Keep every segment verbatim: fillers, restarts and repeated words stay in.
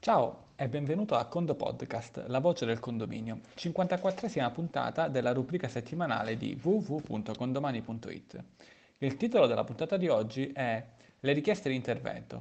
Ciao e benvenuto a Condo Podcast, la voce del condominio, cinquantaquattresima puntata della rubrica settimanale di w w w punto condomani punto it. Il titolo della puntata di oggi è Le richieste di intervento.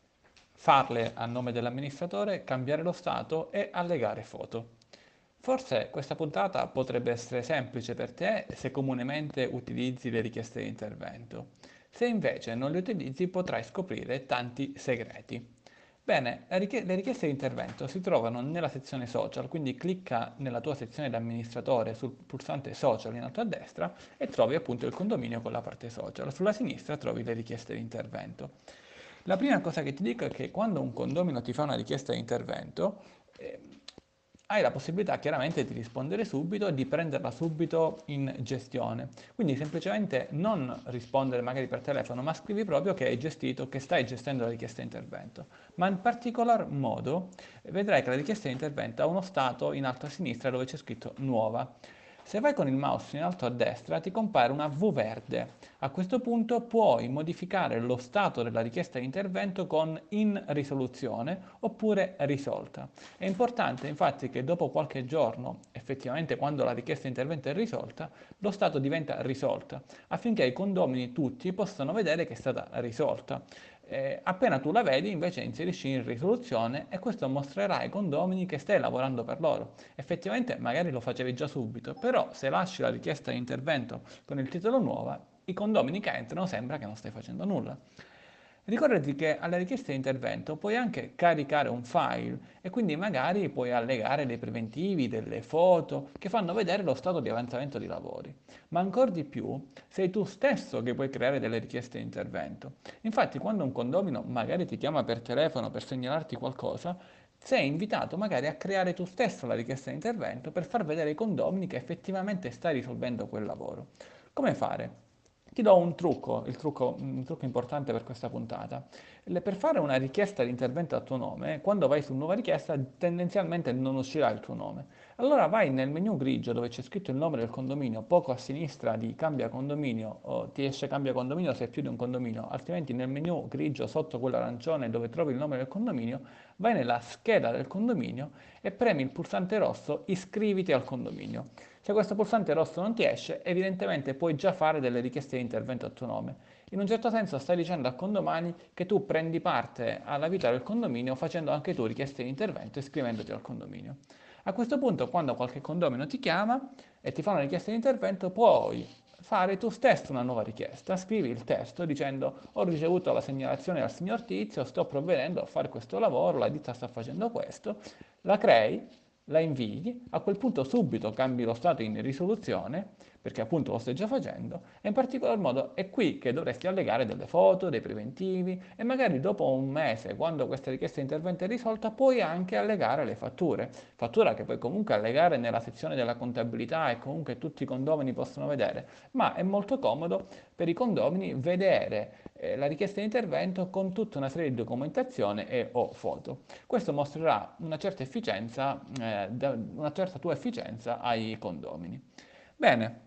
Farle a nome dell'amministratore, cambiare lo stato e allegare foto. Forse questa puntata potrebbe essere semplice per te se comunemente utilizzi le richieste di intervento. Se invece non le utilizzi potrai scoprire tanti segreti. Bene, la richie- le richieste di intervento si trovano nella sezione social, quindi clicca nella tua sezione di amministratore sul pulsante social in alto a destra e trovi appunto il condominio con la parte social. Sulla sinistra trovi le richieste di intervento. La prima cosa che ti dico è che quando un condomino ti fa una richiesta di intervento, eh, hai la possibilità chiaramente di rispondere subito e di prenderla subito in gestione. Quindi semplicemente non rispondere magari per telefono, ma scrivi proprio che hai gestito, che stai gestendo la richiesta di intervento. Ma in particolar modo vedrai che la richiesta di intervento ha uno stato in alto a sinistra dove c'è scritto nuova. Se vai con il mouse in alto a destra ti compare una V verde. A questo punto puoi modificare lo stato della richiesta di intervento con in risoluzione oppure risolta. È importante infatti che dopo qualche giorno, effettivamente quando la richiesta di intervento è risolta, lo stato diventa risolta, affinché i condomini tutti possano vedere che è stata risolta. Eh, appena tu la vedi, invece inserisci in risoluzione e questo mostrerà ai condomini che stai lavorando per loro. Effettivamente magari lo facevi già subito, però se lasci la richiesta di intervento con il titolo nuova, i condomini che entrano sembra che non stai facendo nulla. Ricordati che alle richieste di intervento puoi anche caricare un file e quindi magari puoi allegare dei preventivi, delle foto che fanno vedere lo stato di avanzamento di lavori. Ma ancora di più, sei tu stesso che puoi creare delle richieste di intervento. Infatti, quando un condomino magari ti chiama per telefono per segnalarti qualcosa, sei invitato magari a creare tu stesso la richiesta di intervento per far vedere ai condomini che effettivamente stai risolvendo quel lavoro. Come fare? Ti do un trucco, il trucco, un trucco importante per questa puntata. Le- Per fare una richiesta di intervento a tuo nome, quando vai su nuova richiesta, tendenzialmente non uscirà il tuo nome. Allora vai nel menu grigio dove c'è scritto il nome del condominio, poco a sinistra di cambia condominio, o ti esce cambia condominio se è più di un condominio, altrimenti nel menu grigio sotto quello arancione dove trovi il nome del condominio, vai nella scheda del condominio e premi il pulsante rosso iscriviti al condominio. Se questo pulsante rosso non ti esce, evidentemente puoi già fare delle richieste di intervento a tuo nome. In un certo senso stai dicendo a Condomani che tu prendi parte alla vita del condominio facendo anche tu richieste di intervento e iscrivendoti al condominio. A questo punto, quando qualche condomino ti chiama e ti fa una richiesta di intervento, puoi fare tu stesso una nuova richiesta. Scrivi il testo dicendo ho ricevuto la segnalazione dal signor Tizio, sto provvedendo a fare questo lavoro, la ditta sta facendo questo, la crei, la invii, a quel punto subito cambi lo stato in risoluzione, perché appunto lo stai già facendo, e in particolar modo è qui che dovresti allegare delle foto, dei preventivi e magari dopo un mese, quando questa richiesta di intervento è risolta, puoi anche allegare le fatture, fattura che puoi comunque allegare nella sezione della contabilità e comunque tutti i condomini possono vedere, ma è molto comodo per i condomini vedere eh, la richiesta di intervento con tutta una serie di documentazione e o foto. Questo mostrerà una certa efficienza, eh, una certa tua efficienza ai condomini. Bene,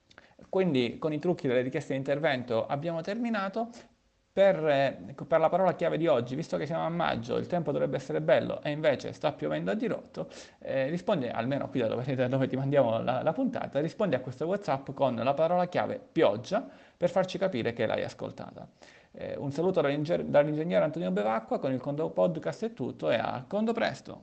quindi con i trucchi delle richieste di intervento abbiamo terminato. Per, eh, per la parola chiave di oggi, visto che siamo a maggio, il tempo dovrebbe essere bello e invece sta piovendo a dirotto, eh, rispondi, almeno qui da dove, da dove ti mandiamo la, la puntata, rispondi a questo WhatsApp con la parola chiave pioggia per farci capire che l'hai ascoltata. Eh, un saluto dall'ingegnere Antonio Bevacqua, con il Condo Podcast è tutto e a Condo presto!